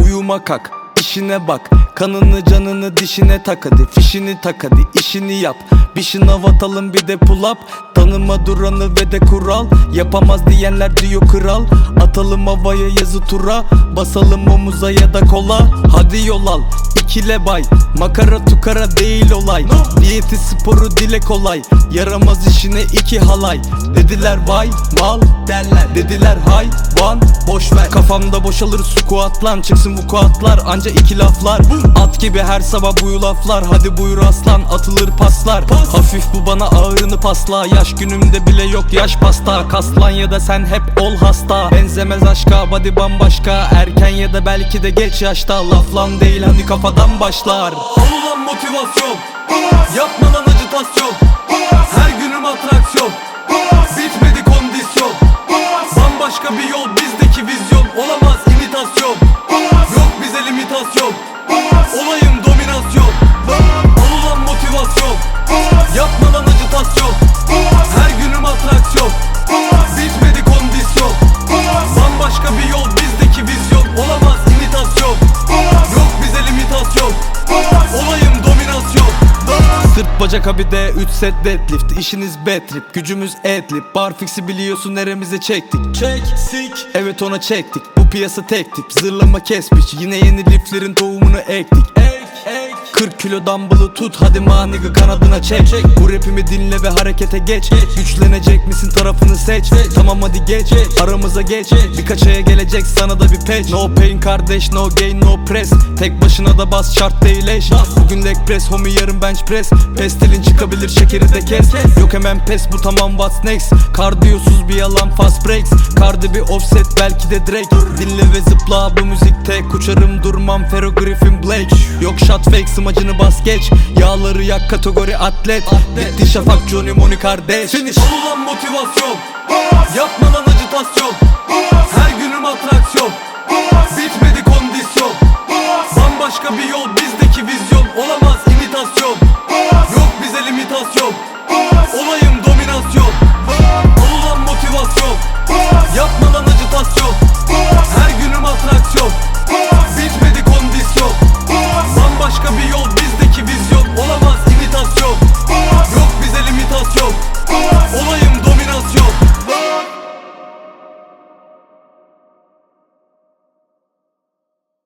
uyuma kalk, işine bak. Kanını canını dişine tak hadi, fişini tak hadi, işini yap. Bir şınav atalım bir de pull up. Tanıma duranı ve de kural. Yapamaz diyenler diyor kral. Atalım havaya yazı tura. Basalım omuza ya da kola. Hadi yol al, ikile bay. Makara tukara değil olay. Diyeti sporu dile kolay. Yaramaz işine iki halay. Dediler vay mal derler, dediler hayvan boşver. Kafamda boşalır squatlan, çıksın vukuatlar anca iki laflar. At gibi her sabah bu laflar. Hadi buyur aslan, atılır paslar. Hafif bu bana ağırını pasla. Yaş günümde bile yok yaş pasta. Kaslan ya da sen hep ol hasta. Benzemez aşka body bambaşka. Erken ya da belki de geç yaşta. Laflan değil hani kafadan başlar. Al ulan motivasyon, yapma lan acitasyon. Her günüm atraksiyon, bitmedi kondisyon. Bambaşka bir yol bizdeki vizyon. Olamaz imitasyon, yok bize limitasyon. Olayım dominasyon. Al ulan motivasyon, yapma lan acitasyon. Her günüm atraksiyon, bitmedi kondisyon. Bambaşka bir yol bizdeki vizyon. Olamaz imitasyon, yok bize limitasyon. Olayım dominasyon. Sırt bacak abi de 3 set deadlift. İşiniz bad trip, gücümüz adlib. Barfix'i biliyorsun neremize çektik. Çeksik, evet ona çektik. Bu piyasa tek tip, zırlama kes biç. Yine yeni liflerin tohumunu ektik. 40 kilo dumbbell'ı tut hadi manigı kanadına çek. Bu rapimi dinle ve harekete geç. Güçlenecek misin tarafını seç. Tamam hadi geç, aramıza geç. Birkaç aya gelecek sana da bir patch. No pain kardeş, no gain, no press. Tek başına da bas, şart değil eş. Bugün leg press, homie yarın bench press. Pestilin çıkabilir, şekeri de kes. Yok hemen pes, bu tamam what's next. Kardiyosuz bir yalan, fast breaks. Cardi bir offset, belki de Drake. Dinle ve zıpla bu müzikte. Uçarım durmam, Ferro Griffin Blake. Yok shot fake, smacını bas geç. Yağları yak, kategori atlet. Bitti şafak, Johnny Money kardeş. Finish. Al ulan motivasyon, yapma lan acitasyon. Her günüm atraksiyon,